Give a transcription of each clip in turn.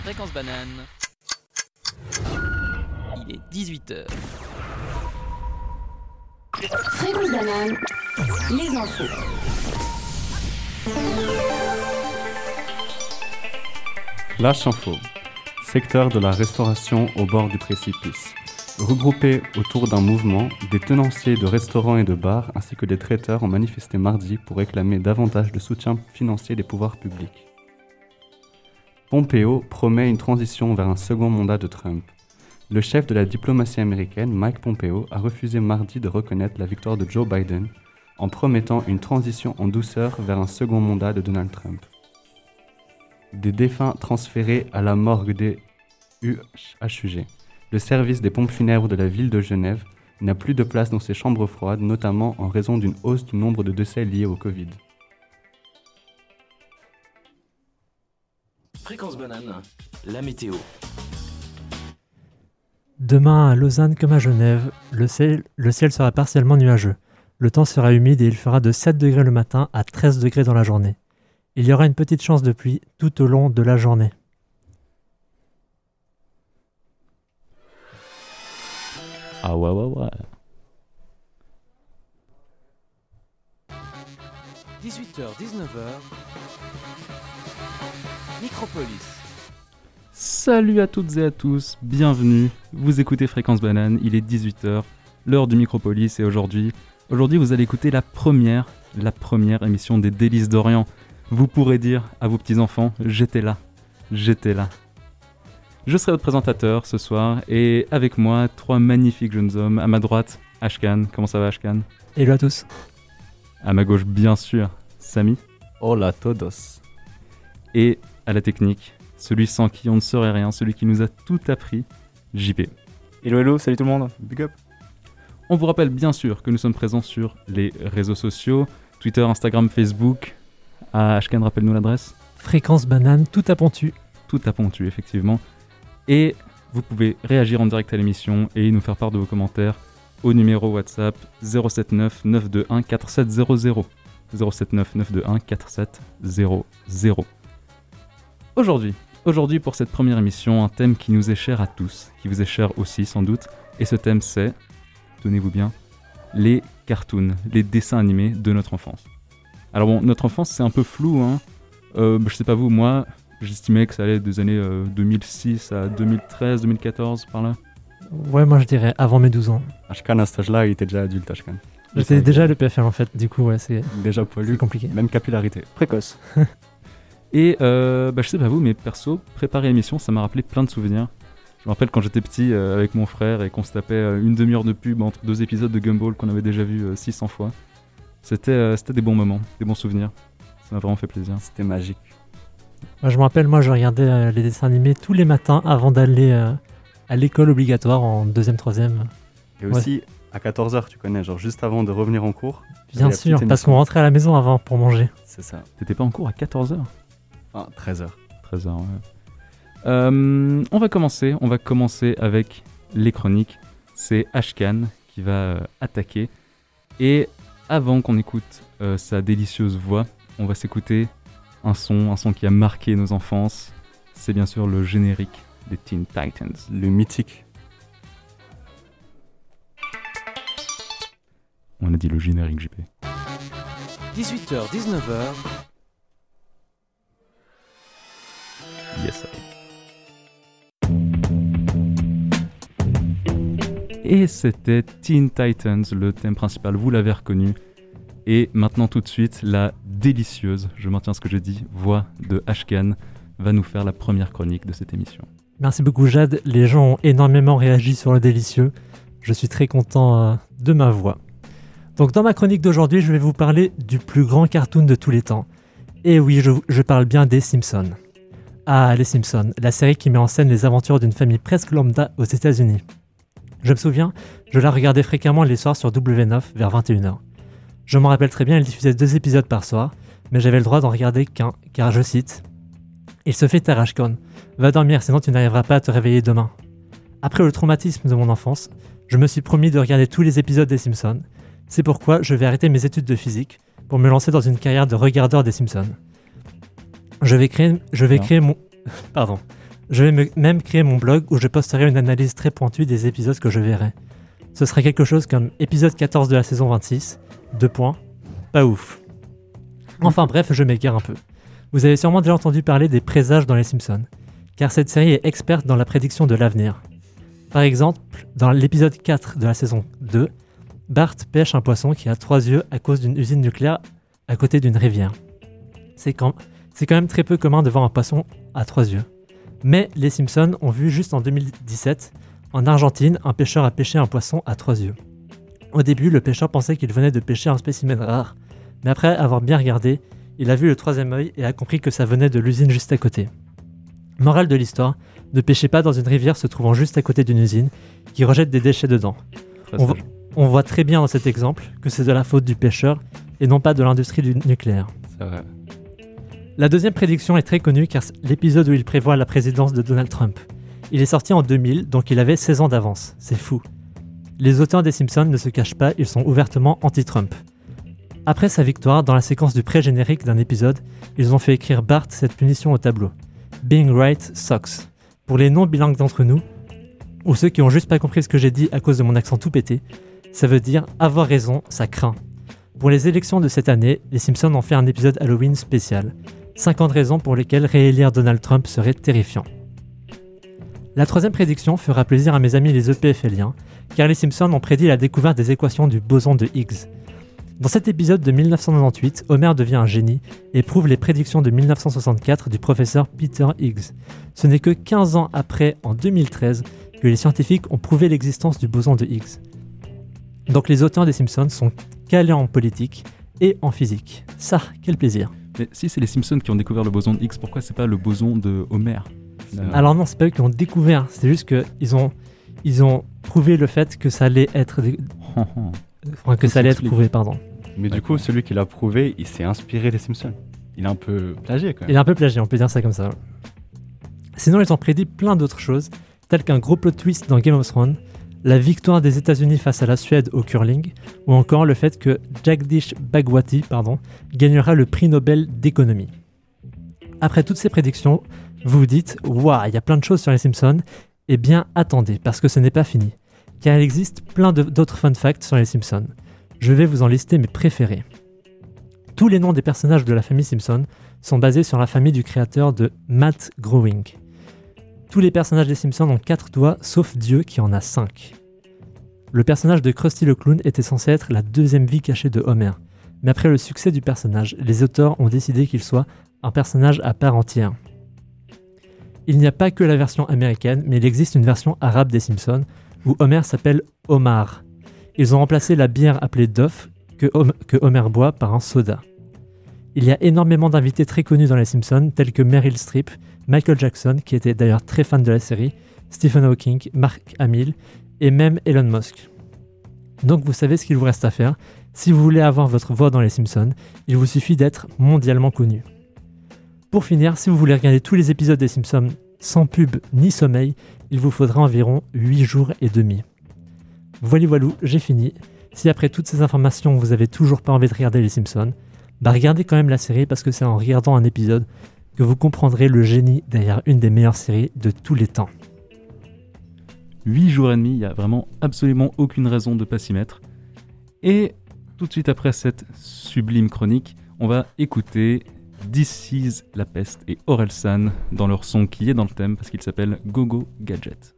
Fréquence banane. Il est 18h. Fréquence banane, les infos. Flash Info, secteur de la restauration au bord du précipice. Regroupés autour d'un mouvement, des tenanciers de restaurants et de bars ainsi que des traiteurs ont manifesté mardi pour réclamer davantage de soutien financier des pouvoirs publics. Pompeo promet une transition vers un second mandat de Trump. Le chef de la diplomatie américaine, Mike Pompeo, a refusé mardi de reconnaître la victoire de Joe Biden en promettant une transition en douceur vers un second mandat de Donald Trump. Des défunts transférés à la morgue des HUG. Le service des pompes funèbres de la ville de Genève n'a plus de place dans ses chambres froides, notamment en raison d'une hausse du nombre de décès liés au Covid. Fréquence banane, la météo. Demain à Lausanne comme à Genève, le ciel sera partiellement nuageux. Le temps sera humide et il fera de 7 degrés le matin à 13 degrés dans la journée. Il y aura une petite chance de pluie tout au long de la journée. Ah ouais. 18h, 19h. Micropolis. Salut à toutes et à tous, bienvenue. Vous écoutez Fréquence banane, il est 18h, l'heure du Micropolis et aujourd'hui vous allez écouter la première émission des Délices d'Orient. Vous pourrez dire à vos petits-enfants, j'étais là. Je serai votre présentateur ce soir et avec moi, 3 magnifiques jeunes hommes. À ma droite, Ashkan. Comment ça va, Ashkan? Hello à tous. À ma gauche, bien sûr, Samy. Hola todos. Et à la technique, celui sans qui on ne saurait rien, celui qui nous a tout appris, JP. Hello, salut tout le monde. Big up. On vous rappelle bien sûr que nous sommes présents sur les réseaux sociaux, Twitter, Instagram, Facebook. Ashkan, rappelle-nous l'adresse. Fréquence banane, tout à Pontu. Tout à Pontu, effectivement. Et vous pouvez réagir en direct à l'émission et nous faire part de vos commentaires au numéro WhatsApp 079 921 4700. 079 921 4700. Aujourd'hui, pour cette première émission, un thème qui nous est cher à tous, qui vous est cher aussi sans doute, et ce thème c'est, tenez-vous bien, les cartoons, les dessins animés de notre enfance. Alors bon, notre enfance c'est un peu flou, hein. Je sais pas vous, moi j'estimais que ça allait des années 2006 à 2013, 2014 par là. Ouais, moi je dirais avant mes 12 ans. Ashkan à cet âge-là, il était déjà adulte, Ashkan. J'étais déjà le PFL en fait, du coup ouais, c'est déjà poilu, compliqué. Même capillarité. Précoce. Et je sais pas vous, mais perso, préparer l'émission, ça m'a rappelé plein de souvenirs. Je me rappelle quand j'étais petit avec mon frère et qu'on se tapait une demi-heure de pub entre 2 épisodes de Gumball qu'on avait déjà vu 600 fois. C'était des bons moments, des bons souvenirs. Ça m'a vraiment fait plaisir. C'était magique. Je me rappelle, moi je regardais les dessins animés tous les matins avant d'aller à l'école obligatoire en 2e, 3e. Et aussi à 14h, tu connais, genre juste avant de revenir en cours. Bien sûr, parce qu'on rentrait à la maison avant pour manger. C'est ça. T'étais pas en cours à 14h? Enfin, 13h. 13h, ouais. On va commencer avec les chroniques. C'est Ashkan qui va attaquer. Et avant qu'on écoute sa délicieuse voix, on va s'écouter un son qui a marqué nos enfances. C'est bien sûr le générique des Teen Titans. Le mythique. On a dit le générique, JP. 18h, 19h. Yes, et c'était Teen Titans, le thème principal, vous l'avez reconnu. Et maintenant tout de suite, la délicieuse, je maintiens ce que je dis, voix de Ashkan va nous faire la première chronique de cette émission. Merci beaucoup Jade, les gens ont énormément réagi sur le délicieux. Je suis très content de ma voix. Donc dans ma chronique d'aujourd'hui, je vais vous parler du plus grand cartoon de tous les temps. Et oui, je parle bien des Simpsons. Ah, les Simpsons, la série qui met en scène les aventures d'une famille presque lambda aux États-Unis. Je me souviens, je la regardais fréquemment les soirs sur W9 vers 21h. Je m'en rappelle très bien, elle diffusait 2 épisodes par soir, mais j'avais le droit d'en regarder qu'un, car je cite « Il se fait tard, Ashkan. Va dormir, sinon tu n'arriveras pas à te réveiller demain. » Après le traumatisme de mon enfance, je me suis promis de regarder tous les épisodes des Simpsons. C'est pourquoi je vais arrêter mes études de physique pour me lancer dans une carrière de regardeur des Simpsons. Je vais créer mon Je vais même créer mon blog où je posterai une analyse très pointue des épisodes que je verrai. Ce sera quelque chose comme épisode 14 de la saison 26, 2 points, pas ouf. Enfin bref, je m'égare un peu. Vous avez sûrement déjà entendu parler des présages dans les Simpsons, car cette série est experte dans la prédiction de l'avenir. Par exemple, dans l'épisode 4 de la saison 2, Bart pêche un poisson qui a 3 yeux à cause d'une usine nucléaire à côté d'une rivière. C'est quand même très peu commun de voir un poisson à 3 yeux. Mais les Simpsons ont vu juste en 2017, en Argentine, un pêcheur a pêché un poisson à 3 yeux. Au début, le pêcheur pensait qu'il venait de pêcher un spécimen rare, mais après avoir bien regardé, il a vu le 3e œil et a compris que ça venait de l'usine juste à côté. Morale de l'histoire, ne pêchez pas dans une rivière se trouvant juste à côté d'une usine qui rejette des déchets dedans. On voit très bien dans cet exemple que c'est de la faute du pêcheur et non pas de l'industrie du nucléaire. C'est vrai. La deuxième prédiction est très connue car c'est l'épisode où il prévoit la présidence de Donald Trump. Il est sorti en 2000, donc il avait 16 ans d'avance. C'est fou. Les auteurs des Simpsons ne se cachent pas, ils sont ouvertement anti-Trump. Après sa victoire, dans la séquence du pré-générique d'un épisode, ils ont fait écrire Bart cette punition au tableau. Being right sucks. Pour les non-bilingues d'entre nous, ou ceux qui ont juste pas compris ce que j'ai dit à cause de mon accent tout pété, ça veut dire avoir raison, ça craint. Pour les élections de cette année, les Simpsons ont fait un épisode Halloween spécial. 50 raisons pour lesquelles réélire Donald Trump serait terrifiant. La troisième prédiction fera plaisir à mes amis les EPFLiens, car les Simpsons ont prédit la découverte des équations du boson de Higgs. Dans cet épisode de 1998, Homer devient un génie et prouve les prédictions de 1964 du professeur Peter Higgs. Ce n'est que 15 ans après, en 2013, que les scientifiques ont prouvé l'existence du boson de Higgs. Donc les auteurs des Simpsons sont calés en politique et en physique. Ça, quel plaisir. Mais si c'est les Simpsons qui ont découvert le boson de Higgs, pourquoi c'est pas le boson de Homer Alors non, c'est pas eux qui ont découvert, c'est juste qu'ils ont prouvé le fait que ça allait être... Enfin, que ça allait être prouvé, pardon. Mais du coup, celui qui l'a prouvé, il s'est inspiré des Simpsons. Il a un peu plagié quand même. Il est un peu plagié, on peut dire ça comme ça. Sinon, ils ont prédit plein d'autres choses, telles qu'un gros plot twist dans Game of Thrones, la victoire des États-Unis face à la Suède au curling, ou encore le fait que Jagdish Bhagwati gagnera le prix Nobel d'économie. Après toutes ces prédictions, vous vous dites « Waouh, il y a plein de choses sur les Simpsons », eh bien attendez, parce que ce n'est pas fini. Car il existe plein d'autres fun facts sur les Simpsons. Je vais vous en lister mes préférés. Tous les noms des personnages de la famille Simpson sont basés sur la famille du créateur de Matt Groening. Tous les personnages des Simpsons ont 4 doigts, sauf Dieu qui en a 5. Le personnage de Krusty le Clown était censé être la deuxième vie cachée de Homer. Mais après le succès du personnage, les auteurs ont décidé qu'il soit un personnage à part entière. Il n'y a pas que la version américaine, mais il existe une version arabe des Simpsons, où Homer s'appelle Omar. Ils ont remplacé la bière appelée Duff, que Homer boit, par un soda. Il y a énormément d'invités très connus dans les Simpsons, tels que Meryl Streep, Michael Jackson, qui était d'ailleurs très fan de la série, Stephen Hawking, Mark Hamill, et même Elon Musk. Donc vous savez ce qu'il vous reste à faire. Si vous voulez avoir votre voix dans les Simpsons, il vous suffit d'être mondialement connu. Pour finir, si vous voulez regarder tous les épisodes des Simpsons sans pub ni sommeil, il vous faudra environ 8 jours et demi. Voilou, j'ai fini. Si après toutes ces informations, vous avez toujours pas envie de regarder les Simpsons, regardez quand même la série parce que c'est en regardant un épisode que vous comprendrez le génie derrière une des meilleures séries de tous les temps. 8 jours et demi, il n'y a vraiment absolument aucune raison de ne pas s'y mettre. Et tout de suite après cette sublime chronique, on va écouter This Is La Peste et Orelsan dans leur son qui est dans le thème parce qu'il s'appelle Go-Go Gadget.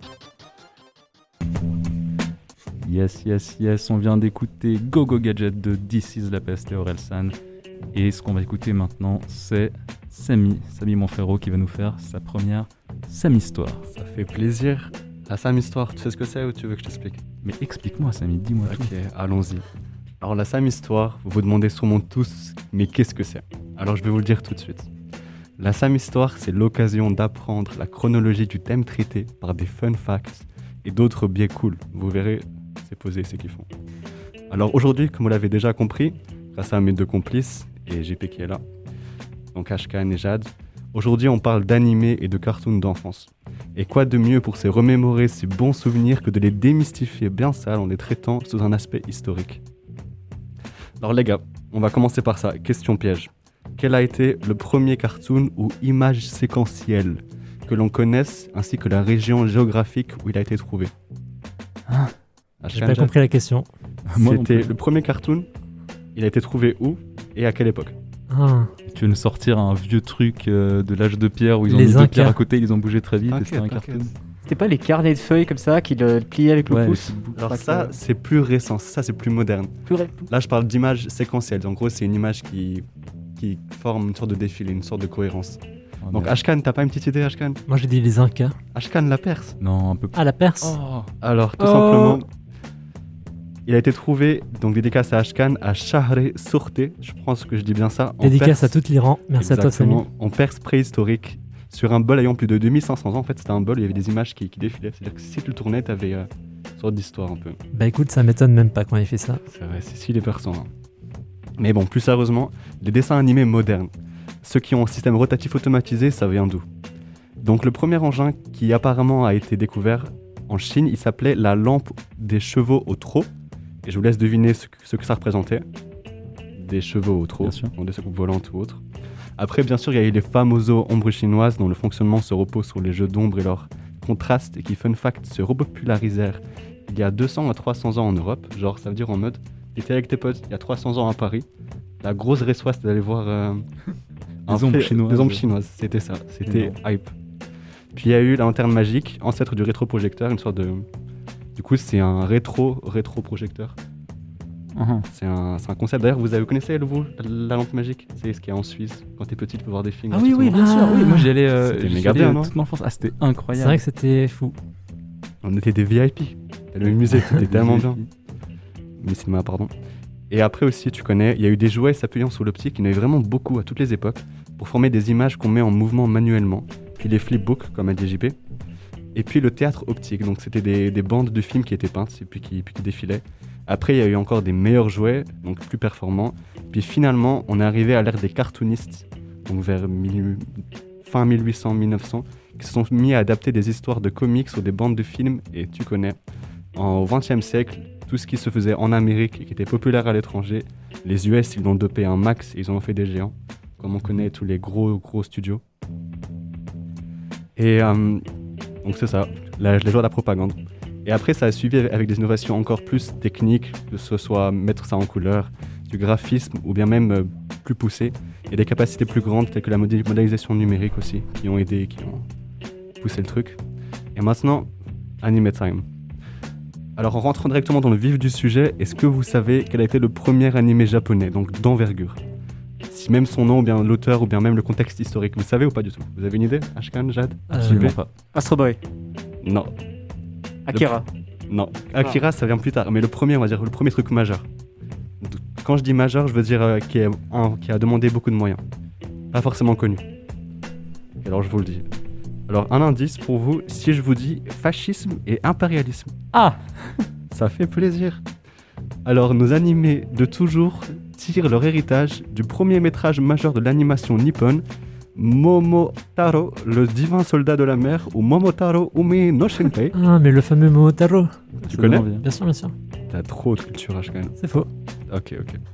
Yes, on vient d'écouter Go-Go Gadget de This Is La Peste et Orelsan. Et ce qu'on va écouter maintenant, c'est Samy mon frérot qui va nous faire sa première Sam Histoire. Ça fait plaisir. La Sam Histoire, tu sais ce que c'est ou tu veux que je t'explique ? Mais explique-moi Samy, dis-moi tout. Ok, allons-y. Alors la Sam Histoire, vous vous demandez sûrement tous, mais qu'est-ce que c'est ? Alors je vais vous le dire tout de suite. La Sam Histoire, c'est l'occasion d'apprendre la chronologie du thème traité par des fun facts et d'autres biais cool. Vous verrez, c'est posé, c'est kiffant. Alors aujourd'hui, comme vous l'avez déjà compris, grâce à mes 2 complices et JP qui est là, donc Ashkan et Jade, aujourd'hui on parle d'animés et de cartoons d'enfance. Et quoi de mieux pour se remémorer ces bons souvenirs que de les démystifier bien sales en les traitant sous un aspect historique. Alors les gars, on va commencer par ça, question piège. Quel a été le premier cartoon ou image séquentielle que l'on connaisse, ainsi que la région géographique où il a été trouvé. Ah. J'ai pas compris la question. Moi non C'était plus. le premier cartoon. Il a été trouvé où et à quelle époque? Ah, Tu veux nous sortir un vieux truc de l'âge de pierre où ils ont Les mis deux Incas. pierres à côté, ils les ont bougé très vite et T'inquiète, c'était un t'inquiète. cartoon. C'était pas les carnets de feuilles comme ça qu'il pliait avec le Ouais, pouce les petites boucles. Alors Pas ça, que- c'est plus récent. Ça, c'est plus moderne. Là, je parle d'images séquentielles. En gros, c'est une image qui forme une sorte de défilé, une sorte de cohérence. Oh, Donc merde. Ashkan, t'as pas une petite idée, Ashkan? moi j'ai dit les Incas. Ashkan la Perse. Non, un peu plus. Ah, la Perse. Oh. Alors, tout Oh. simplement, il a été trouvé, donc dédicace à Ashkan, à Shahre Sourte, je pense que je dis bien ça. en Dédicace Perse. à toute l'Iran. Merci à toi, Samy. Exactement, en Perse préhistorique, sur un bol ayant plus de 2500 ans. En fait, c'était un bol où il y avait des images qui défilaient. C'est-à-dire que si tu le tournais, t'avais une sorte d'histoire un peu. Bah écoute, ça m'étonne même pas quand il fait ça. C'est vrai, c'est si les perçants. Hein. Mais bon, plus sérieusement, les dessins animés modernes, ceux qui ont un système rotatif automatisé, ça vient d'où? Donc le premier engin qui apparemment a été découvert en Chine, il s'appelait la lampe des chevaux au trot. Et je vous laisse deviner ce que ça représentait. Des chevaux au trot, Bien sûr. donc des soucoupes volantes ou autres. Après, bien sûr, il y a eu les fameuses ombres chinoises dont le fonctionnement se repose sur les jeux d'ombre et leur contraste et qui, fun fact, se repopularisèrent il y a 200 à 300 ans en Europe. Genre, ça veut dire en mode, t'étais avec tes potes il y a 300 ans à Paris. La grosse résoie, c'était d'aller voir Des ombres chinoises. Des ombres chinoises, c'était ça. C'était Énorme. hype. Puis il y a eu la lanterne magique, ancêtre du rétroprojecteur, une sorte de... Du coup, c'est un rétroprojecteur. Mhm. C'est un concept. D'ailleurs, vous connaissez la lampe magique? C'est ce qu'il y a en Suisse. Quand t'es petit, tu peux voir des films. Ah oui, oui, gratuitement. bien sûr. Oui, moi j'y allais, C'était j'y méga allais, bien, non? toute mon enfance. Ah, c'était C'est incroyable. vrai que c'était fou. On était des VIP. T'as le musée, c'était tellement bien. Mais cinéma, pardon. Et après aussi, tu connais, il y a eu des jouets s'appuyant sur l'optique. Il y en a eu vraiment beaucoup à toutes les époques pour former des images qu'on met en mouvement manuellement. Puis les flipbooks, comme a dit JP. Et puis le théâtre optique. Donc c'était des bandes de films qui étaient peintes et puis qui défilaient. Après, il y a eu encore des meilleurs jouets, donc plus performants. Puis finalement, on est arrivé à l'ère des cartoonistes, donc vers fin 1800-1900, qui se sont mis à adapter des histoires de comics ou des bandes de films. Et tu connais, au XXe siècle, tout ce qui se faisait en Amérique et qui était populaire à l'étranger, les US, ils l'ont dopé un max et ils en ont fait des géants, comme on connaît tous les gros studios. Et donc c'est ça, les joueurs de la propagande. Et après, ça a suivi avec des innovations encore plus techniques, que ce soit mettre ça en couleur, du graphisme ou bien même plus poussé, et des capacités plus grandes telles que la modélisation numérique aussi, qui ont aidé, qui ont poussé le truc. Et maintenant, Anime Time. Alors en rentrant directement dans le vif du sujet, est-ce que vous savez quel a été le premier animé japonais, donc d'envergure? Si même son nom, ou bien l'auteur, ou bien même le contexte historique, vous savez ou pas du tout? Vous avez une idée, Ashkan, Jade? Absolument pas. Astro Boy. Non. Akira. Non, Akira ça vient plus tard, mais le premier, on va dire, le premier truc majeur. Quand je dis majeur, je veux dire qui a demandé beaucoup de moyens. Pas forcément connu. Alors je vous le dis. Alors un indice pour vous, si je vous dis fascisme et impérialisme. Ah, Ça fait plaisir. Alors nos animés de toujours tirent leur héritage du premier métrage majeur de l'animation nippone, Momotaro, le divin soldat de la mer, ou Momotaro Umi no Shinpei. ah, mais le fameux Momotaro. Tu Ça connais? donne envie. Bien sûr, bien sûr. T'as trop de culture H quand même. C'est faux. Ok.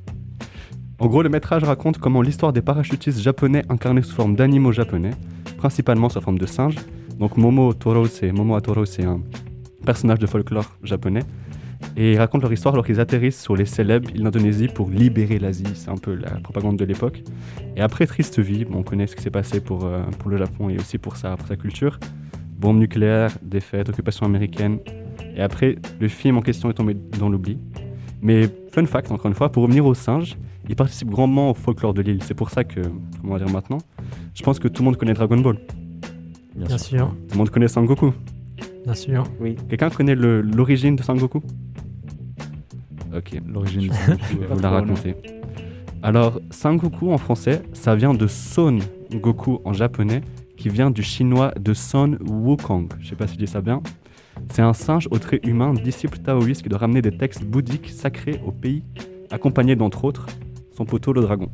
En gros, le métrage raconte comment l'histoire des parachutistes japonais incarnés sous forme d'animaux japonais, principalement sous forme de singes. Donc Momotaro, c'est un personnage de folklore japonais. Et ils racontent leur histoire alors qu'ils atterrissent sur les célèbres îles d'Indonésie pour libérer l'Asie. C'est un peu la propagande de l'époque. Et après, triste vie, on connaît ce qui s'est passé pour le Japon et aussi pour sa culture. Bombe nucléaire, défaite, occupation américaine. Et après, le film en question est tombé dans l'oubli. Mais fun fact, encore une fois, pour revenir aux singes, ils participent grandement au folklore de l'île. C'est pour ça que, comment dire maintenant, je pense que tout le monde connaît Dragon Ball. Bien sûr. Tout le monde connaît Sangoku. Bien sûr. Quelqu'un connaît l'origine de Sangoku? Ok, L'origine. je vais vous la raconter. Alors, Sangoku en français, ça vient de Son Goku en japonais, qui vient du chinois de Son Wukong. Je sais pas si je dis ça bien. C'est un singe au trait humain, disciple taoïste qui doit ramener des textes bouddhiques sacrés au pays, accompagné d'entre autres son poteau le dragon.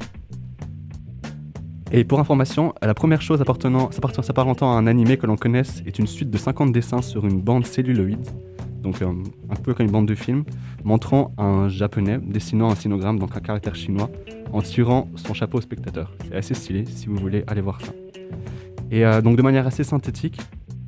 Et pour information, la première chose s'apparentant à un animé que l'on connaisse est une suite de 50 dessins sur une bande celluloïde, donc un peu comme une bande de film, montrant un japonais dessinant un sinogramme, donc un caractère chinois, en tirant son chapeau au spectateur. C'est assez stylé si vous voulez aller voir ça. Et donc de manière assez synthétique,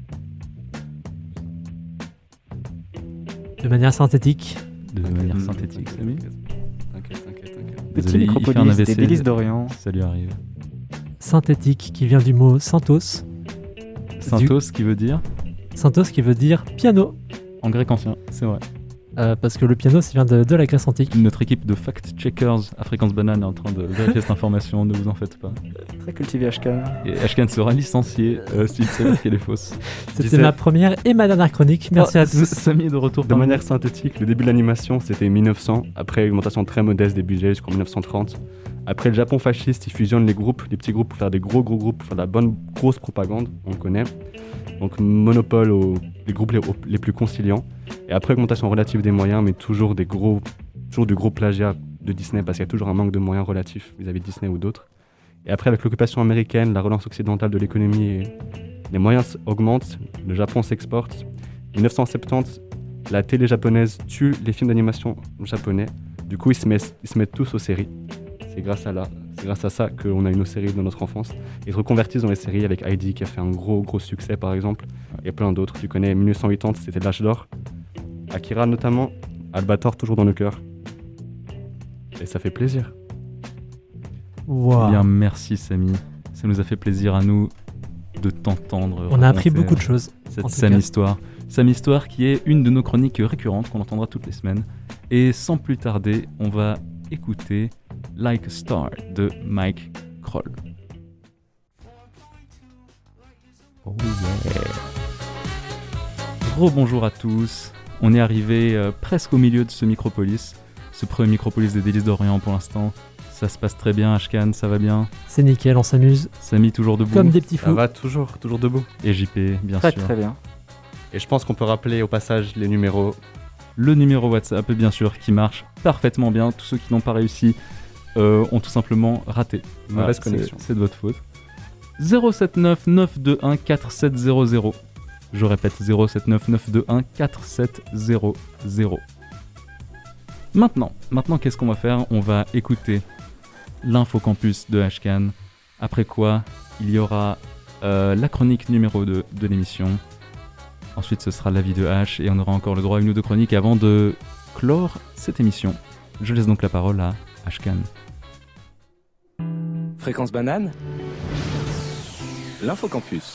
De manière synthétique. De manière synthétique, Samy. T'inquiète. Petit Désolé, il fait un Micropolis, AVC, des délices d'Orient. Ça lui arrive. Synthétique qui vient du mot Santos. Synthos qui veut dire Santos qui veut dire piano. en grec ancien, c'est vrai. Parce que le piano, ça vient de la Grèce antique. Notre équipe de fact-checkers à Fréquence Banane est en train de vérifier cette information, ne vous en faites pas. Très cultivé HK. Et Ashkan sera licencié s'il s'avère qu'elle est fausse. C'était disais- ma première et ma dernière chronique. Merci à tous. Samy est de retour. de parmi manière synthétique, le début de l'animation c'était 1900, après augmentation très modeste des budgets jusqu'en 1930. Après le Japon fasciste, il fusionne les petits groupes pour faire des gros groupes, pour faire de la bonne grosse propagande, on le connaît. Donc monopole les groupes les plus conciliants. Et après augmentation relative des moyens, mais toujours du gros plagiat de Disney, parce qu'il y a toujours un manque de moyens relatifs vis-à-vis de Disney ou d'autres. Et après avec l'occupation américaine, la relance occidentale de l'économie, les moyens augmentent, le Japon s'exporte. 1970, la télé japonaise tue les films d'animation japonais. Du coup, ils se mettent tous aux séries. C'est grâce à ça qu'on a eu nos séries de notre enfance. Ils se reconvertissent dans les séries avec Heidi qui a fait un gros succès par exemple. Et plein d'autres. Tu connais 1980, c'était l'âge d'or. Akira notamment. Albator toujours dans nos cœurs. Et ça fait plaisir. Wow. Eh bien, merci Samy. Ça nous a fait plaisir à nous de t'entendre. On a appris raconter beaucoup de choses. en Cette tout Sam cas. Histoire. Sam Histoire qui est une de nos chroniques récurrentes qu'on entendra toutes les semaines. Et sans plus tarder, on va écouter Like a Star de Mike Kroll. Oh yeah. Rebonjour à tous. On est arrivé presque au milieu de ce Micropolis. Ce premier Micropolis des délices d'Orient pour l'instant. Ça se passe très bien, Ashkan, ça va bien. C'est nickel, on s'amuse Samy toujours debout. comme des petits Ça fous. va toujours debout. Et JP, bien Très sûr. très bien. Et je pense qu'on peut rappeler au passage les numéros. Le numéro WhatsApp, bien sûr, qui marche parfaitement bien. Tous ceux qui n'ont pas réussi ont tout simplement raté. Mauvaise Voilà, connexion. C'est de votre faute. 079 921 4700. Je répète, 079 921 4700. Maintenant, qu'est-ce qu'on va faire ? On va écouter l'info campus de Ashkan. Après quoi, il y aura la chronique numéro 2 de l'émission. Ensuite, ce sera l'avis de H et on aura encore le droit à une ou deux chroniques avant de clore cette émission. Je laisse donc la parole à Ashkan. Fréquence banane, l'infocampus.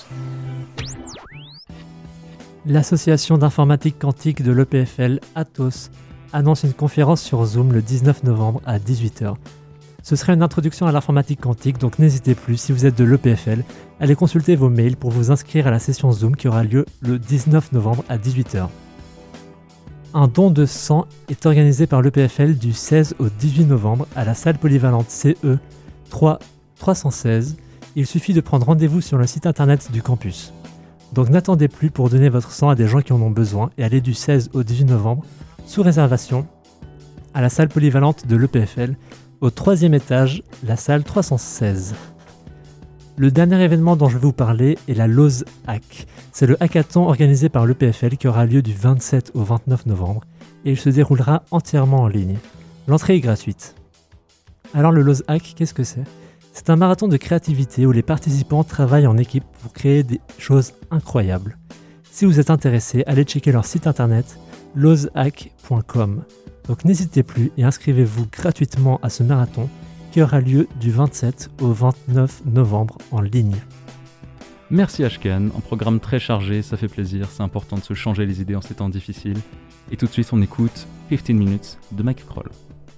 L'association d'informatique quantique de l'EPFL, Atos, annonce une conférence sur Zoom le 19 novembre à 18h. Ce serait une introduction à l'informatique quantique, donc n'hésitez plus, si vous êtes de l'EPFL, allez consulter vos mails pour vous inscrire à la session Zoom qui aura lieu le 19 novembre à 18h. Un don de sang est organisé par l'EPFL du 16 au 18 novembre à la salle polyvalente CE 316. Il suffit de prendre rendez-vous sur le site internet du campus. Donc n'attendez plus pour donner votre sang à des gens qui en ont besoin et allez du 16 au 18 novembre, sous réservation, à la salle polyvalente de l'EPFL, au 3e étage, la salle 316. Le dernier événement dont je vais vous parler est la Lose Hack. C'est le hackathon organisé par l'EPFL qui aura lieu du 27 au 29 novembre et il se déroulera entièrement en ligne. L'entrée est gratuite. Alors le Lose Hack, qu'est-ce que c'est ? C'est un marathon de créativité où les participants travaillent en équipe pour créer des choses incroyables. Si vous êtes intéressé, allez checker leur site internet losehack.com. Donc n'hésitez plus et inscrivez-vous gratuitement à ce marathon qui aura lieu du 27 au 29 novembre en ligne. Merci Ashkan, un programme très chargé, ça fait plaisir, c'est important de se changer les idées en ces temps difficiles. Et tout de suite on écoute 15 Minutes de Mike Kroll.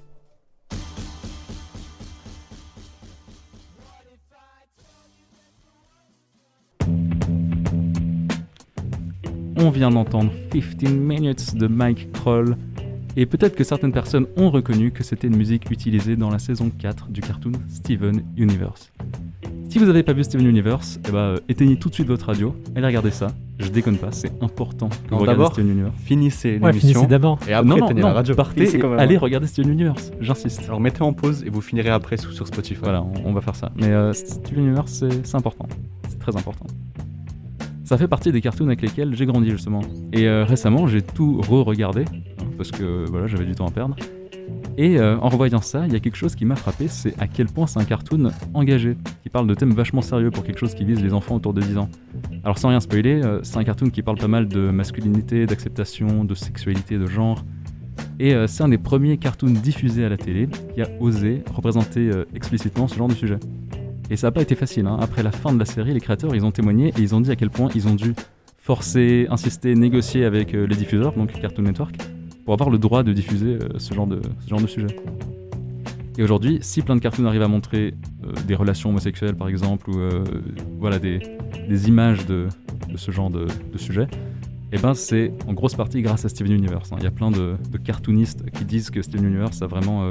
On vient d'entendre 15 Minutes de Mike Kroll. Et peut-être que certaines personnes ont reconnu que c'était une musique utilisée dans la saison 4 du cartoon Steven Universe. Si vous n'avez pas vu Steven Universe, éteignez tout de suite votre radio, allez regarder ça. Je déconne pas, c'est important que vous Non, regardiez d'abord, Steven Universe. finissez Ouais, l'émission. finissez d'abord. Et après, éteignez la radio. partez Finissez et quand même, allez ouais. regarder Steven Universe, j'insiste. Alors mettez en pause et vous finirez après sur Spotify. Voilà, on va faire ça. Mais Steven Universe, c'est important. C'est très important. Ça fait partie des cartoons avec lesquels j'ai grandi justement. Et récemment, j'ai tout re-regardé, parce que voilà, j'avais du temps à perdre. Et en revoyant ça, il y a quelque chose qui m'a frappé, c'est à quel point c'est un cartoon engagé, qui parle de thèmes vachement sérieux pour quelque chose qui vise les enfants autour de 10 ans. Alors sans rien spoiler, c'est un cartoon qui parle pas mal de masculinité, d'acceptation, de sexualité, de genre. Et c'est un des premiers cartoons diffusés à la télé qui a osé représenter explicitement ce genre de sujet. Et ça n'a pas été facile, hein. Après la fin de la série, les créateurs ils ont témoigné et ils ont dit à quel point ils ont dû forcer, insister, négocier avec les diffuseurs, donc Cartoon Network, pour avoir le droit de diffuser ce genre de sujet. Et aujourd'hui, si plein de cartoons arrivent à montrer des relations homosexuelles par exemple, ou voilà, des images de ce genre de sujet, et ben c'est en grosse partie grâce à Steven Universe, hein. Il y a plein de cartoonistes qui disent que Steven Universe a vraiment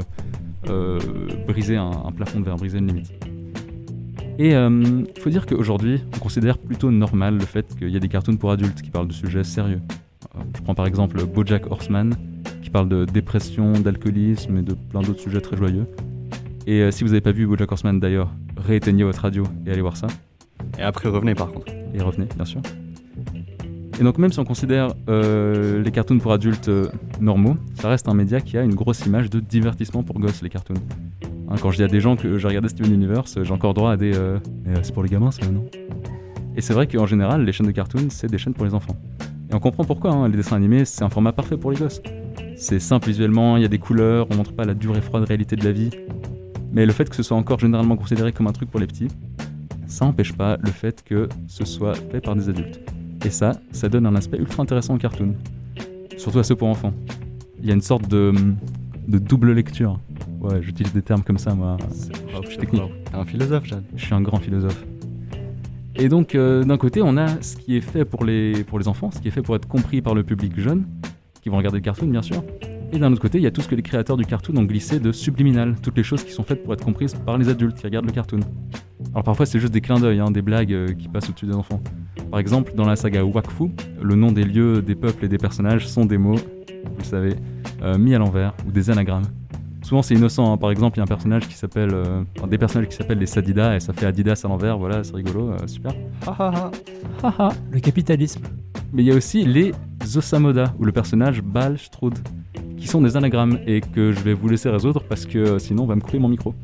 brisé un plafond de verre, brisé une limite. Et il faut dire qu'aujourd'hui, on considère plutôt normal le fait qu'il y ait des cartoons pour adultes qui parlent de sujets sérieux. Je prends par exemple BoJack Horseman, qui parle de dépression, d'alcoolisme et de plein d'autres sujets très joyeux. Et si vous n'avez pas vu BoJack Horseman d'ailleurs, rééteignez votre radio et allez voir ça. Et après, revenez par contre. Et revenez, bien sûr. Et donc même si on considère les cartoons pour adultes normaux, ça reste un média qui a une grosse image de divertissement pour gosses, les cartoons. Hein, quand je dis à des gens que j'ai regardé Steven Universe, j'ai encore droit à des c'est pour les gamins ça, non? Et c'est vrai qu'en général, les chaînes de cartoons, c'est des chaînes pour les enfants. Et on comprend pourquoi, hein, les dessins animés, c'est un format parfait pour les gosses. C'est simple visuellement, il y a des couleurs, on montre pas la dure et froide réalité de la vie. Mais le fait que ce soit encore généralement considéré comme un truc pour les petits, ça n'empêche pas le fait que ce soit fait par des adultes. Et ça donne un aspect ultra intéressant au cartoon. Surtout à ceux pour enfants. Il y a une sorte de double lecture. Ouais, j'utilise des termes comme ça, moi. Je suis technique. T'es un philosophe, Jade. Je suis un grand philosophe. Et donc, d'un côté, on a ce qui est fait pour les enfants, ce qui est fait pour être compris par le public jeune, qui vont regarder le cartoon, bien sûr. Et d'un autre côté, il y a tout ce que les créateurs du cartoon ont glissé de subliminal, toutes les choses qui sont faites pour être comprises par les adultes qui regardent le cartoon. Alors parfois, c'est juste des clins d'œil, hein, des blagues qui passent au-dessus des enfants. Par exemple, dans la saga Wakfu, le nom des lieux, des peuples et des personnages sont des mots, vous le savez, mis à l'envers, ou des anagrammes. Souvent c'est innocent, hein. Par exemple il y a un personnage qui s'appelle, des personnages qui s'appellent les Sadidas et ça fait Adidas à l'envers, voilà, c'est rigolo, super. Le capitalisme. Mais il y a aussi les Osamoda, ou le personnage Balstrud, qui sont des anagrammes et que je vais vous laisser résoudre parce que sinon on va me couper mon micro.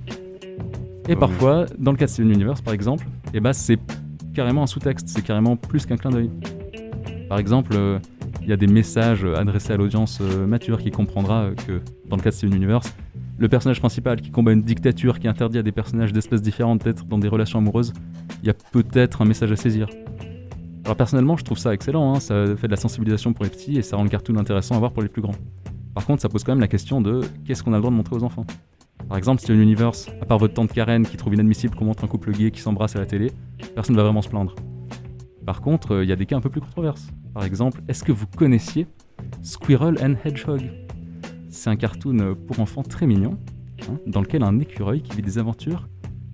Et parfois, dans le cas de Steven Universe par exemple, et bah, c'est carrément un sous-texte, c'est carrément plus qu'un clin d'œil. Par exemple, il y a des messages adressés à l'audience mature qui comprendra que dans le cas de Steven Universe, le personnage principal qui combat une dictature qui interdit à des personnages d'espèces différentes d'être dans des relations amoureuses, il y a peut-être un message à saisir. Alors personnellement, je trouve ça excellent, hein, ça fait de la sensibilisation pour les petits et ça rend le cartoon intéressant à voir pour les plus grands. Par contre, ça pose quand même la question de qu'est-ce qu'on a le droit de montrer aux enfants. Par exemple, Steven Universe, à part votre tante Karen qui trouve inadmissible qu'on montre un couple gay qui s'embrasse à la télé, personne ne va vraiment se plaindre. Par contre, il y a des cas un peu plus controverses. Par exemple, est-ce que vous connaissiez Squirrel and Hedgehog ? C'est un cartoon pour enfants très mignon, hein, dans lequel un écureuil qui vit des aventures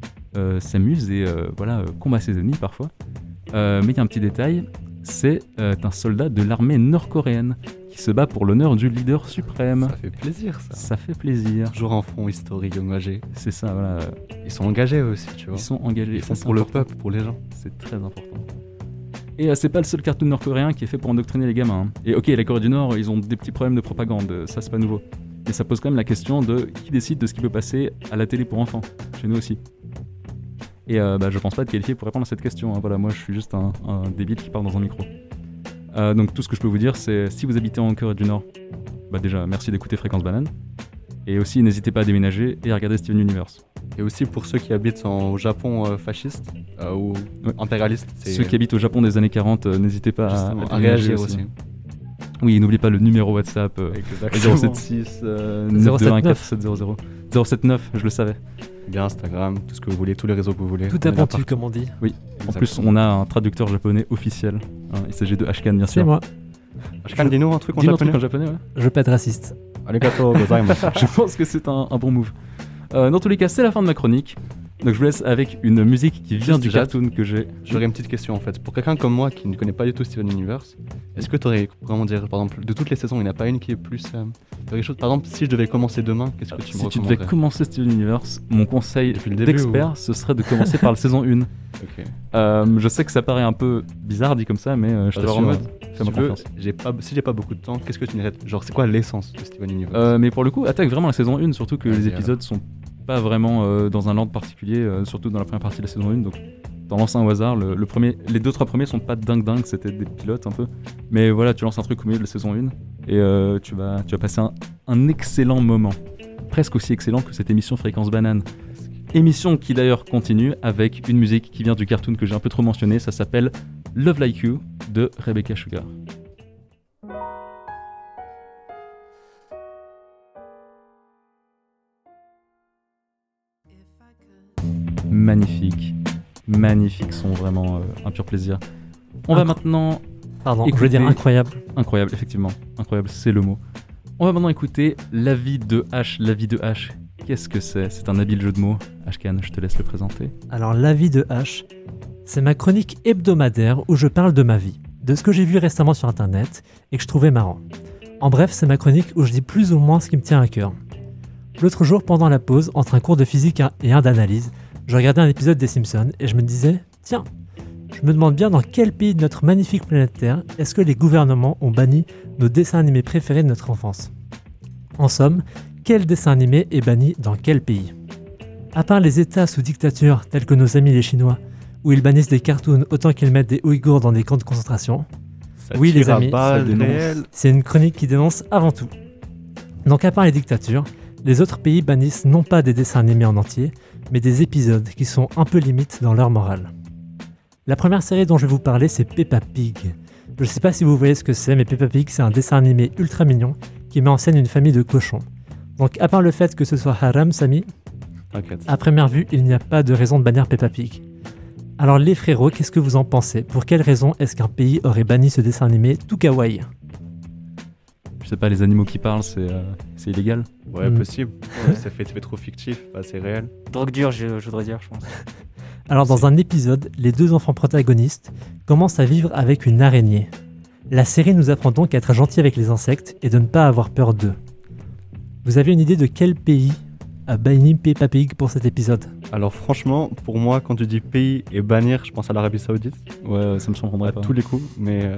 s'amuse et combat ses ennemis parfois. Mais il y a un petit détail, c'est un soldat de l'armée nord-coréenne qui se bat pour l'honneur du leader suprême. Ça fait plaisir, ça. Ça fait plaisir. Toujours un fond historique engagé. C'est ça, voilà. Ils sont engagés aussi, tu vois. Ils sont engagés. Ils font pour le peuple, pour les gens. C'est très important. Et c'est pas le seul cartoon nord-coréen qui est fait pour endoctriner les gamins. Hein. Et ok, la Corée du Nord, ils ont des petits problèmes de propagande, ça c'est pas nouveau. Mais ça pose quand même la question de qui décide de ce qui peut passer à la télé pour enfants, chez nous aussi. Et je pense pas être qualifié pour répondre à cette question. Hein. Voilà, moi je suis juste un débile qui parle dans un micro. Donc tout ce que je peux vous dire, c'est si vous habitez en Corée du Nord, déjà merci d'écouter Fréquence Banane. Et aussi n'hésitez pas à déménager et à regarder Steven Universe. Et aussi pour ceux qui habitent au Japon fasciste ou impérialiste. Ceux qui habitent au Japon des années 40, n'hésitez pas à réagir aussi. Oui, n'oubliez pas le numéro WhatsApp 076 921 4700 079, je le savais. Bien Instagram, tout ce que vous voulez, tous les réseaux que vous voulez. Tout à pontu, comme on dit. Oui, en plus on a un traducteur japonais officiel. Hein, il s'agit de Ashkan, bien sûr. C'est moi. Ashkan, dis-nous un truc en japonais. Ouais. Je peux être raciste. Arigato gozaimasu. Je pense que c'est un bon move. Dans tous les cas, c'est la fin de ma chronique. Donc je vous laisse avec une musique qui vient du cartoon que j'ai. J'aurais une petite question en fait. Pour quelqu'un comme moi qui ne connaît pas du tout Steven Universe, est-ce que tu aurais vraiment dire, par exemple, de toutes les saisons, il n'y en a pas une qui est plus. Quelque chose, par exemple, si je devais commencer demain, qu'est-ce que tu me recommanderais ? Si tu devais commencer Steven Universe, mon conseil d'expert, ce serait de commencer par la saison 1. Okay. Je sais que ça paraît un peu bizarre dit comme ça, mais je t'assure. Fais-moi tu veux, confiance. si j'ai pas beaucoup de temps, qu'est-ce que tu dirais? Genre, c'est quoi l'essence de Steven Universe? Mais pour le coup, attaque vraiment la saison 1, surtout que Vas-y, les épisodes sont pas vraiment dans un ordre particulier, surtout dans la première partie de la saison 1. Donc, t'en lances un au hasard. Les 2-3 premiers sont pas dingue, c'était des pilotes un peu. Mais voilà, tu lances un truc au milieu de la saison 1 et tu vas passer un excellent moment. Presque aussi excellent que cette émission Fréquence Banane. Émission qui d'ailleurs continue avec une musique qui vient du cartoon que j'ai un peu trop mentionné. Ça s'appelle Love Like You de Rebecca Sugar. Magnifique son, vraiment un pur plaisir. On va maintenant Pardon, écouter... je veux dire incroyable. Incroyable, effectivement. Incroyable, c'est le mot. On va maintenant écouter La vie de H. La vie de H, qu'est-ce que c'est? C'est un habile jeu de mots. Ashkan, je te laisse le présenter. Alors, La vie de H, c'est ma chronique hebdomadaire où je parle de ma vie, de ce que j'ai vu récemment sur internet et que je trouvais marrant. En bref, c'est ma chronique où je dis plus ou moins ce qui me tient à cœur. L'autre jour, pendant la pause, entre un cours de physique et un d'analyse, je regardais un épisode des Simpsons et je me disais, tiens, je me demande bien dans quel pays de notre magnifique planète Terre est-ce que les gouvernements ont banni nos dessins animés préférés de notre enfance. En somme, quel dessin animé est banni dans quel pays? À part les États sous dictature tels que nos amis les Chinois, où ils bannissent des cartoons autant qu'ils mettent des Ouïghours dans des camps de concentration, oui les amis, c'est une chronique qui dénonce avant tout. Donc à part les dictatures, les autres pays bannissent non pas des dessins animés en entier, mais des épisodes qui sont un peu limites dans leur morale. La première série dont je vais vous parler, c'est Peppa Pig. Je sais pas si vous voyez ce que c'est, mais Peppa Pig, c'est un dessin animé ultra mignon qui met en scène une famille de cochons. Donc à part le fait que ce soit haram, Samy, à première vue, il n'y a pas de raison de bannir Peppa Pig. Alors les frérots, qu'est-ce que vous en pensez? Pour quelle raison est-ce qu'un pays aurait banni ce dessin animé tout kawaii? Je sais pas, les animaux qui parlent, c'est illégal? Ouais, possible. Ouais, ça fait trop fictif, c'est réel. Drogue dure, je voudrais dire, je pense. Alors dans un épisode, les deux enfants protagonistes commencent à vivre avec une araignée. La série nous apprend donc à être gentil avec les insectes et de ne pas avoir peur d'eux. Vous avez une idée de quel pays a banni Peppa Pig pour cet épisode? Alors franchement, pour moi, quand tu dis pays et bannir, je pense à l'Arabie Saoudite. Ouais, ça me surprendrait pas. Tous les coups, mais...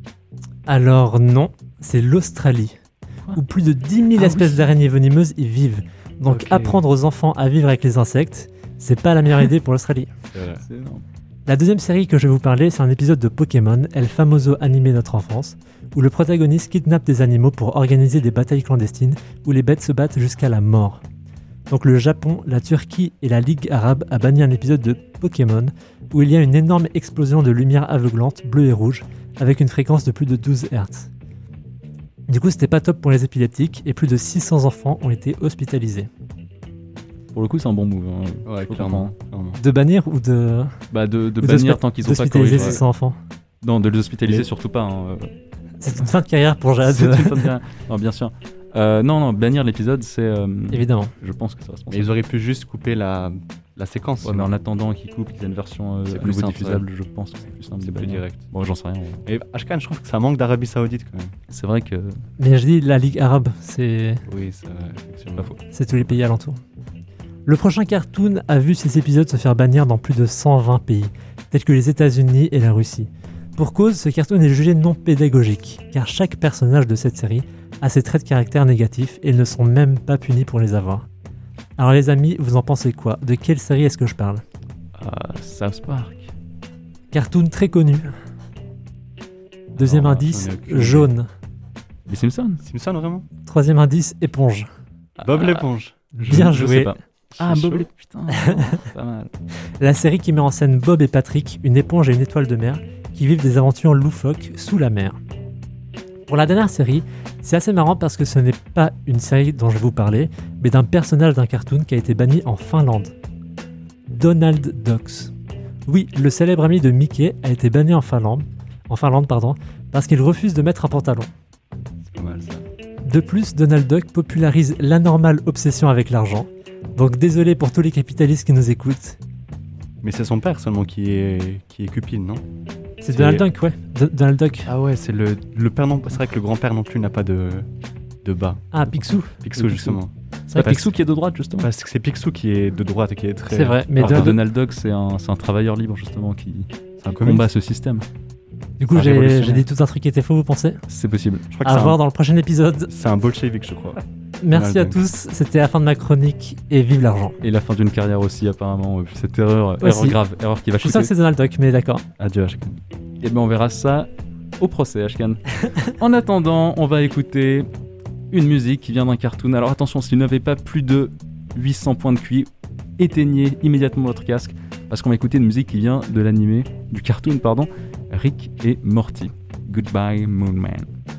Alors non, c'est l'Australie, où plus de 10 000 espèces d'araignées venimeuses y vivent. Donc apprendre aux enfants à vivre avec les insectes, c'est pas la meilleure idée pour l'Australie. C'est énorme. La deuxième série que je vais vous parler, c'est un épisode de Pokémon, El Famoso animé notre enfance, où le protagoniste kidnappe des animaux pour organiser des batailles clandestines où les bêtes se battent jusqu'à la mort. Donc le Japon, la Turquie et la Ligue arabe a banni un épisode de Pokémon où il y a une énorme explosion de lumière aveuglante bleue et rouge avec une fréquence de plus de 12 Hz. Du coup, c'était pas top pour les épileptiques et plus de 600 enfants ont été hospitalisés. Pour le coup, c'est un bon move. Hein. Ouais, clairement. De bannir ou de... Bah de bannir tant qu'ils ont pas corrigé. D'hospitaliser 600 enfants. Non, de les hospitaliser surtout pas. Hein. C'est une fin de carrière pour Jade. C'est une fin de carrière. Non, bien sûr. Non, bannir l'épisode, c'est... Évidemment. Je pense que c'est responsable. Mais ils auraient pu juste couper la séquence. Ouais, mais en attendant qu'ils coupent, qu'ils aient une version c'est plus simple, diffusable, je pense que c'est plus simple. C'est plus direct. Bon, j'en sais rien. Ouais. Et Ashkan, je trouve que ça manque d'Arabie Saoudite quand même. C'est vrai que... Mais je dis la Ligue arabe, c'est... Oui, c'est effectivement pas faux. C'est tous les pays alentours. Le prochain cartoon a vu ces épisodes se faire bannir dans plus de 120 pays, tels que les États-Unis et la Russie. Pour cause, ce cartoon est jugé non pédagogique, car chaque personnage de cette série a ses traits de caractère négatifs et ils ne sont même pas punis pour les avoir. Alors les amis, vous en pensez quoi? De quelle série est-ce que je parle? South Park. Cartoon très connu. Deuxième indice, jaune. Les Simpsons. Simpsons, vraiment? Troisième indice, éponge. Bob l'éponge. Bien je joué. sais pas. Ah, Bob l'éponge, putain, pas mal. La série qui met en scène Bob et Patrick, une éponge et une étoile de mer, qui vivent des aventures loufoques sous la mer. Pour la dernière série, c'est assez marrant parce que ce n'est pas une série dont je vais vous parler, mais d'un personnage d'un cartoon qui a été banni en Finlande. Donald Ducks. Oui, le célèbre ami de Mickey a été banni en Finlande, parce qu'il refuse de mettre un pantalon. C'est pas mal ça. De plus, Donald Duck popularise l'anormale obsession avec l'argent. Donc désolé pour tous les capitalistes qui nous écoutent. Mais c'est son père seulement qui est cupide, non? C'est Donald Duck, ouais. Donald Duck. Ah ouais, c'est le père non. C'est vrai que le grand-père non plus n'a pas de bas. Ah, Picsou. Picsou justement. C'est pas Picsou qui est de droite justement. Parce que c'est Picsou qui est de droite et qui est très... C'est vrai, mais Donald Duck c'est un travailleur libre justement qui combat ce système. Du coup, Ah, j'ai révolutionnaire. dit tout un truc qui était faux, vous pensez? C'est possible. Je crois que À c'est voir un, dans le prochain épisode. c'est un bolchevique, je crois. Merci à Donald tous, c'était la fin de ma chronique et vive l'argent. Et la fin d'une carrière aussi, apparemment. Cette erreur Aussi. grave, erreur qui va Je suis sûr coûter. que c'est Donald Duck, mais d'accord. Adieu, Ashkan. Et ben on verra ça au procès, Ashkan. En attendant, on va écouter une musique qui vient d'un cartoon. Alors attention, si vous n'avez pas plus de 800 points de QI, éteignez immédiatement votre casque parce qu'on va écouter une musique qui vient de l'animé, du cartoon, pardon, Rick et Morty. Goodbye Moon Man.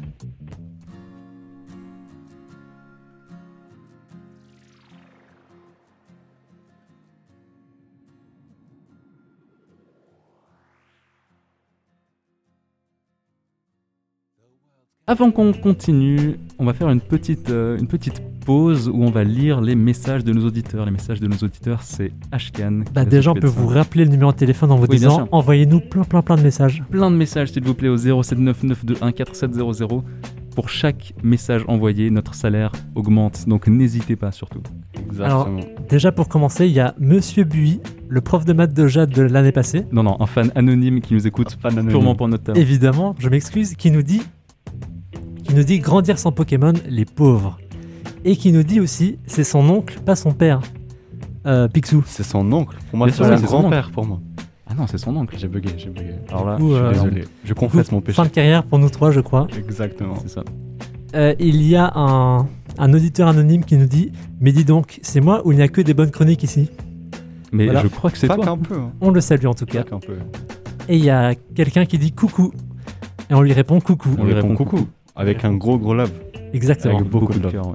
Avant qu'on continue, on va faire une petite pause où on va lire les messages de nos auditeurs. Les messages de nos auditeurs, c'est Ashkan. qui va Déjà, on s'occuper peut de ça. vous rappeler le numéro de téléphone en vous Oui, bien disant sûr. envoyez-nous plein de messages. Plein de messages, s'il vous plaît, au 0799214700. Pour chaque message envoyé, notre salaire augmente, donc n'hésitez pas surtout. Exactement. Déjà, pour commencer, il y a Monsieur Buy, le prof de maths de Jade de l'année passée. Non, un fan anonyme qui nous écoute Fan anonyme. purement pour notre talent. Évidemment, je m'excuse, qui nous dit grandir sans Pokémon, les pauvres. Et qui nous dit aussi, c'est son oncle, pas son père. Picsou. C'est son oncle. Pour moi, Bien c'est sûr, son c'est son grand-père pour moi. Ah non, c'est son oncle. J'ai bugué. Alors là, Du coup, Je suis euh, désolé. Je confesse mon péché. Fin de carrière pour nous trois, je crois. Exactement. c'est ça. Il y a un auditeur anonyme qui nous dit mais dis donc, c'est moi ou il n'y a que des bonnes chroniques ici? Mais Voilà. je crois que c'est Pas toi. qu'un peu. Hein. On le salue en tout cas. Pas qu'un peu. Et il y a quelqu'un qui dit coucou. Et on lui répond coucou. On lui répond coucou. Avec un gros love. Exactement. Avec beaucoup de cœur, ouais.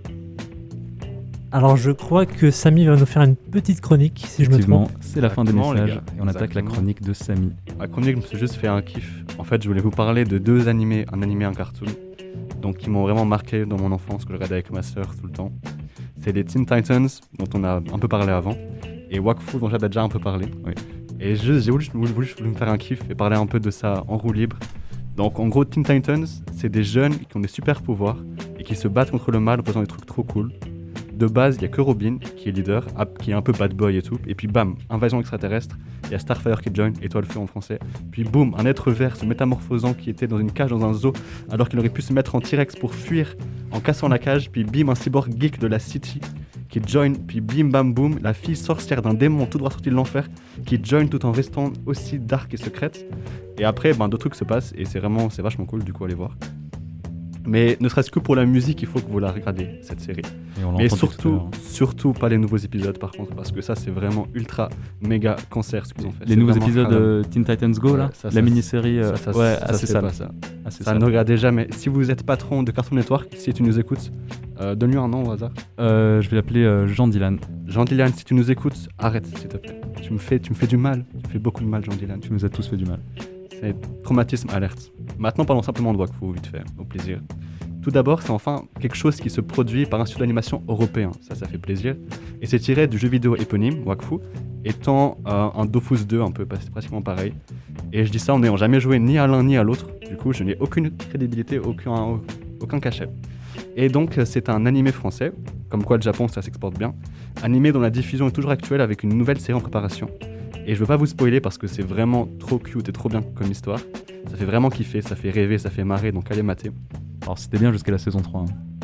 Alors je crois que Samy va nous faire une petite chronique, si je me Effectivement, trompe. c'est la fin des Exactement, les messages. gars. Et on attaque la Exactement. chronique de Samy. La chronique, je me suis juste fait un kiff. En fait, je voulais vous parler de deux animés, un animé et un cartoon, donc qui m'ont vraiment marqué dans mon enfance, que je regardais avec ma sœur tout le temps. C'est les Teen Titans, dont on a un peu parlé avant, et Wakfu, dont j'avais déjà un peu parlé. Oui. Et j'ai voulu me faire un kiff et parler un peu de ça en roue libre. Donc en gros, Teen Titans, c'est des jeunes qui ont des super pouvoirs et qui se battent contre le mal en faisant des trucs trop cool. De base, il y a que Robin qui est leader, qui est un peu bad boy et tout. Et puis bam, invasion extraterrestre, il y a Starfire qui join, étoile feu en français. Puis boum, un être vert se métamorphosant qui était dans une cage dans un zoo, alors qu'il aurait pu se mettre en T-Rex pour fuir en cassant la cage. Puis bim, un cyborg geek de la City qui join. Puis bim bam boum, la fille sorcière d'un démon tout droit sorti de l'enfer qui join tout en restant aussi dark et secrète. Et après, d'autres trucs se passent et c'est vachement cool, du coup, allez voir. Mais ne serait-ce que pour la musique, il faut que vous la regardiez, cette série. Et on l'a Mais entendu tout à l'heure. surtout pas les nouveaux épisodes par contre, parce que ça c'est vraiment ultra méga cancer ce qu'ils ont fait. Les C'est nouveaux vraiment épisodes infernal. Teen Titans Go, là, Ouais, ça, la mini-série, ça, ouais, ça, assez c'est sale. pas ça. Assez Ça sale. ne regardez jamais. Si vous êtes patron de Cartoon Network, si tu nous écoutes, donne-lui un nom au hasard. Je vais l'appeler Jean Dylan. Jean Dylan, si tu nous écoutes, arrête s'il te plaît. Tu me fais du mal. Tu me fais beaucoup de mal, Jean Dylan. Tu nous as tous fait du mal. C'est traumatisme alerte. Maintenant, parlons simplement de Wakfu, vite fait, au plaisir. Tout d'abord, c'est enfin quelque chose qui se produit par un studio d'animation européen. Ça fait plaisir. Et c'est tiré du jeu vidéo éponyme, Wakfu, étant un Dofus 2, un peu, c'est pratiquement pareil. Et je dis ça en n'ayant jamais joué ni à l'un ni à l'autre. Du coup, je n'ai aucune crédibilité, aucun cachet. Et donc, c'est un animé français, comme quoi le Japon, ça s'exporte bien. Animé dont la diffusion est toujours actuelle avec une nouvelle série en préparation. Et je veux pas vous spoiler parce que c'est vraiment trop cute et trop bien comme histoire. Ça fait vraiment kiffer, ça fait rêver, ça fait marrer, donc allez mater. Alors c'était bien jusqu'à la saison 3. Hein.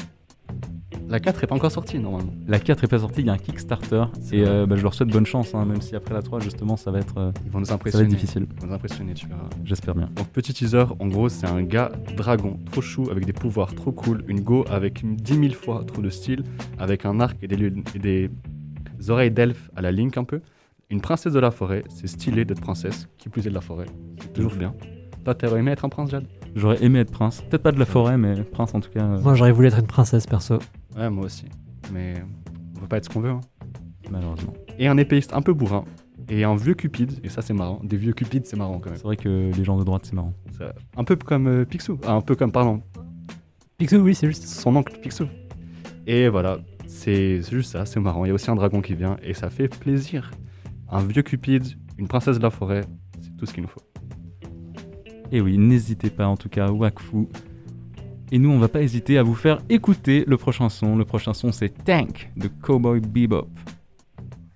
La 4 est pas encore sortie normalement. La 4 est pas sortie, il y a un Kickstarter. C'est Et vrai. je leur souhaite bonne chance, hein, même si après la 3, justement, ça va être Ils vont nous ça va impressionner. être difficile. Ils vont nous impressionner, tu verras. J'espère bien. Donc petit teaser, en gros c'est un gars dragon trop chou avec des pouvoirs trop cool, une go avec 10 000 fois trop de style, avec un arc et des oreilles d'elfe à la Link un peu. Une princesse de la forêt, c'est stylé d'être princesse, qui plus est de la forêt, c'est toujours bien. Toi t'aurais aimé être un prince, Jade? J'aurais aimé être prince. Peut-être pas de la forêt, mais prince en tout cas. Moi j'aurais voulu être une princesse perso. Ouais moi aussi, mais on peut pas être ce qu'on veut. Hein. Malheureusement. Et un épéiste un peu bourrin, et un vieux cupide, et ça c'est marrant, des vieux cupides c'est marrant quand même. C'est vrai que les gens de droite, c'est marrant. Un peu comme Picsou, Picsou, oui, c'est juste. son oncle Picsou. Et voilà, c'est juste ça, c'est marrant. Il y a aussi un dragon qui vient et ça fait plaisir. Un vieux cupide, une princesse de la forêt, c'est tout ce qu'il nous faut. Et oui, n'hésitez pas en tout cas, Wakfu. Et nous, on va pas hésiter à vous faire écouter le prochain son. Le prochain son, c'est Tank de Cowboy Bebop.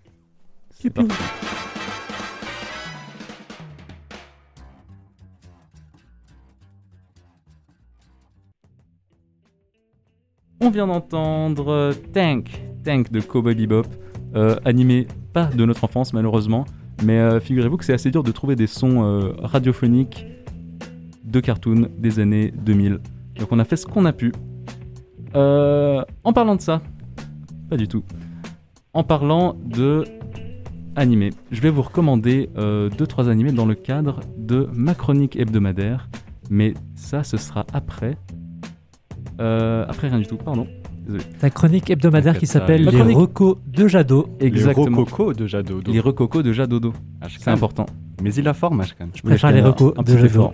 C'est Piou, piou. parti. On vient d'entendre Tank de Cowboy Bebop, animé pas de notre enfance malheureusement, mais figurez-vous que c'est assez dur de trouver des sons radiophoniques de cartoons des années 2000. Donc on a fait ce qu'on a pu. En parlant de ça, pas du tout. En parlant de animés, je vais vous recommander 2-3 animés dans le cadre de ma chronique hebdomadaire, mais ça ce sera après. Après rien du tout, pardon. Désolé. Ta chronique hebdomadaire qui s'appelle Ma Les chronique- recos de Jado. Exactement. Les rococos de Jadodo. Les recocos de Jadodo, c'est important. Mais il a forme, Ashkan. Je préfère les recos un de petit Jado. effort.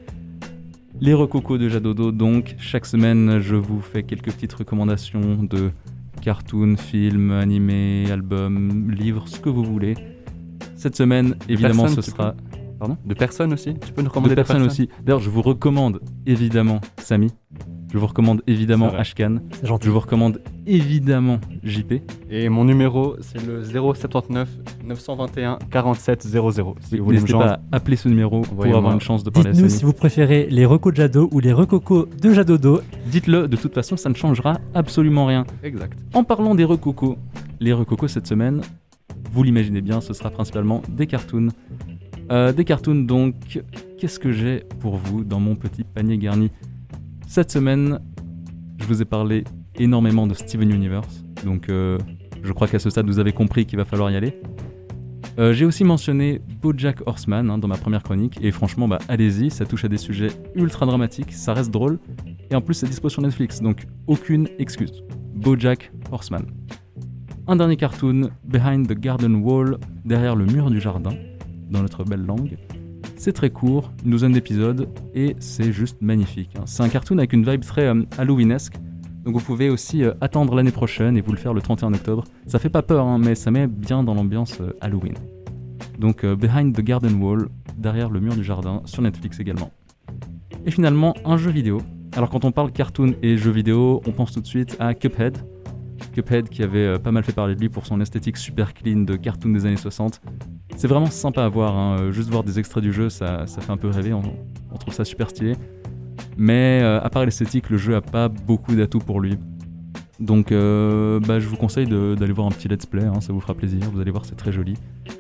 Les recocos de Jadodo, donc chaque semaine je vous fais quelques petites recommandations de cartoons, films, animés, albums, livres, ce que vous voulez. Cette semaine, évidemment, personnes, ce tu sera De personnes aussi. Tu peux nous de recommander des personnes aussi. D'ailleurs, je vous recommande évidemment Samy. Je vous recommande évidemment C'est vrai. Ashkan. C'est gentil. Je vous recommande évidemment JP. Et mon numéro, c'est le 079 921 47 00. Si vous voulez me N'hésitez joindre. pas à appeler ce numéro pour Envoyez-moi. avoir une chance de parler à Dites-nous Samy. si vous préférez les recos de Jado ou les recocos de Jadodo. Dites-le, de toute façon, ça ne changera absolument rien. Exact. En parlant des recocos, les recocos cette semaine, vous l'imaginez bien, ce sera principalement des cartoons. Des cartoons donc, qu'est-ce que j'ai pour vous dans mon petit panier garni? Cette semaine, je vous ai parlé énormément de Steven Universe, donc je crois qu'à ce stade vous avez compris qu'il va falloir y aller. J'ai aussi mentionné BoJack Horseman dans ma première chronique, et franchement, allez-y, ça touche à des sujets ultra dramatiques, ça reste drôle, et en plus c'est dispo sur Netflix, donc aucune excuse. BoJack Horseman. Un dernier cartoon, Behind the Garden Wall, derrière le mur du jardin, dans notre belle langue. C'est très court, une douzaine d'épisodes, et c'est juste magnifique. C'est un cartoon avec une vibe très Halloweenesque, donc vous pouvez aussi attendre l'année prochaine et vous le faire le 31 octobre. Ça fait pas peur, mais ça met bien dans l'ambiance Halloween. Donc Behind the Garden Wall, derrière le mur du jardin, sur Netflix également. Et finalement, un jeu vidéo. Alors quand on parle cartoon et jeux vidéo, on pense tout de suite à Cuphead. Cuphead qui avait pas mal fait parler de lui pour son esthétique super clean de cartoon des années 60. C'est vraiment sympa à voir, juste voir des extraits du jeu, ça fait un peu rêver, on trouve ça super stylé. Mais à part l'esthétique, le jeu a pas beaucoup d'atouts pour lui. Donc je vous conseille d'aller voir un petit let's play, ça vous fera plaisir, vous allez voir c'est très joli.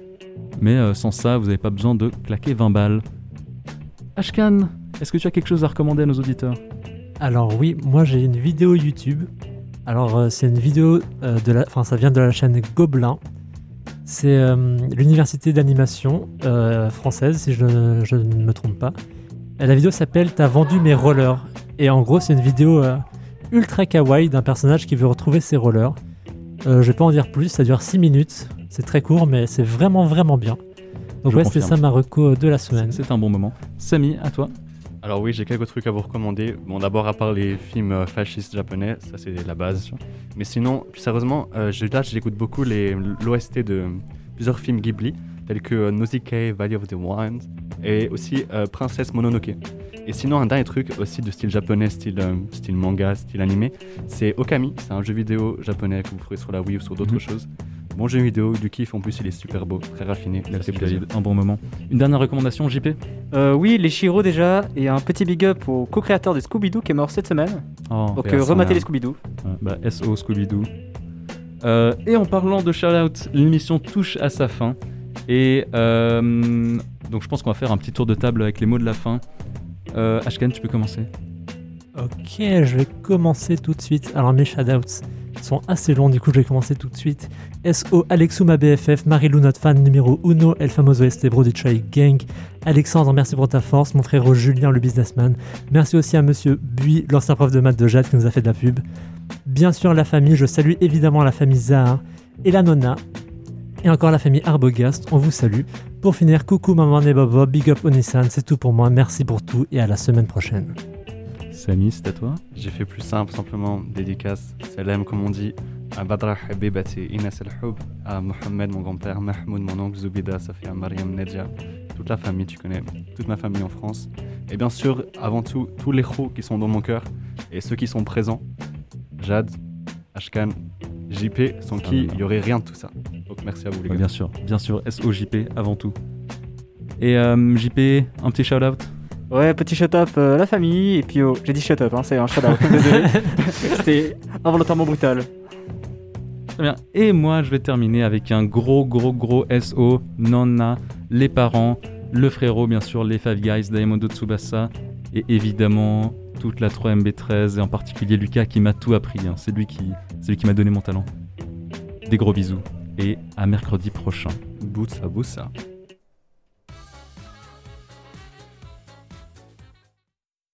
Mais sans ça, vous n'avez pas besoin de claquer 20 balles. Ashkan, est-ce que tu as quelque chose à recommander à nos auditeurs? Alors oui, moi j'ai une vidéo YouTube. Alors c'est une vidéo ça vient de la chaîne Gobelin. C'est l'université d'animation française, si je ne me trompe pas. Et la vidéo s'appelle « T'as vendu mes rollers ». Et en gros, c'est une vidéo ultra kawaii d'un personnage qui veut retrouver ses rollers. Je vais pas en dire plus, ça dure 6 minutes. C'est très court, mais c'est vraiment, vraiment bien. Donc Je ouais, c'était confirme. ça ma reco de la semaine. C'est un bon moment. Samy, à toi. Alors oui, j'ai quelques trucs à vous recommander. Bon, d'abord, à part les films fascistes japonais, ça c'est la base. Mais sinon, plus sérieusement, j'écoute beaucoup l'OST de plusieurs films Ghibli, tels que Nausicaa, Valley of the Wind, et aussi Princesse Mononoke. Et sinon, un dernier truc aussi de style japonais, style manga, style animé, c'est Okami. C'est un jeu vidéo japonais que vous ferez sur la Wii ou sur d'autres choses. Bon jeu vidéo, du kiff, en plus il est super beau, très raffiné, ça fait plaisir. Un bon moment. Une dernière recommandation, JP? Oui, les Shiro déjà, et un petit big up au co-créateur de Scooby-Doo qui est mort cette semaine. Donc paix à son rematez âme. les Scooby-Doo. SO Scooby-Doo. Et en parlant de shout-out, l'émission touche à sa fin. Et donc je pense qu'on va faire un petit tour de table avec les mots de la fin. Ashkan, tu peux commencer. Ok, je vais commencer tout de suite. Alors mes shoutouts sont assez longs, du coup je vais commencer tout de suite. SO Alexou, ma BFF, Marilou, notre fan numéro uno, El Famoso Estebro du Chai Gang. Alexandre, merci pour ta force. Mon frérot Julien, le businessman. Merci aussi à monsieur Bui, l'ancien prof de maths de Jade qui nous a fait de la pub. Bien sûr la famille, je salue évidemment la famille Zahar et la Nonna. Et encore la famille Arbogast, on vous salue. Pour finir, coucou maman et Bobo, big up Onisan, c'est tout pour moi, merci pour tout et à la semaine prochaine. Samy, c'est à toi. J'ai fait plus simple, simplement dédicace, salam comme on dit, à Badra Habibati, Inas El-Houb, à Mohamed, mon grand-père, Mahmoud, mon oncle, Zoubida, Safia, Mariam, Nedja, toute la famille, tu connais, toute ma famille en France. Et bien sûr, avant tout, tous les khous qui sont dans mon cœur et ceux qui sont présents, Jade, Ashkan, JP, sans qui il n'y aurait rien de tout ça. Donc merci à vous les gars. Bien sûr, SOJP avant tout. Et JP, un petit shout-out? Ouais, petit shut-up, la famille, et puis j'ai dit shut-up, c'est un shout-out, désolé. C'était involontairement brutal. Très bien. Et moi, je vais terminer avec un gros SO, Nonna, les parents, le frérot, bien sûr, les Five Guys, Daimondo Tsubasa, et évidemment toute la 3MB13, et en particulier Lucas qui m'a tout appris. C'est lui qui m'a donné mon talent. Des gros bisous, et à mercredi prochain. Boussa, boussa.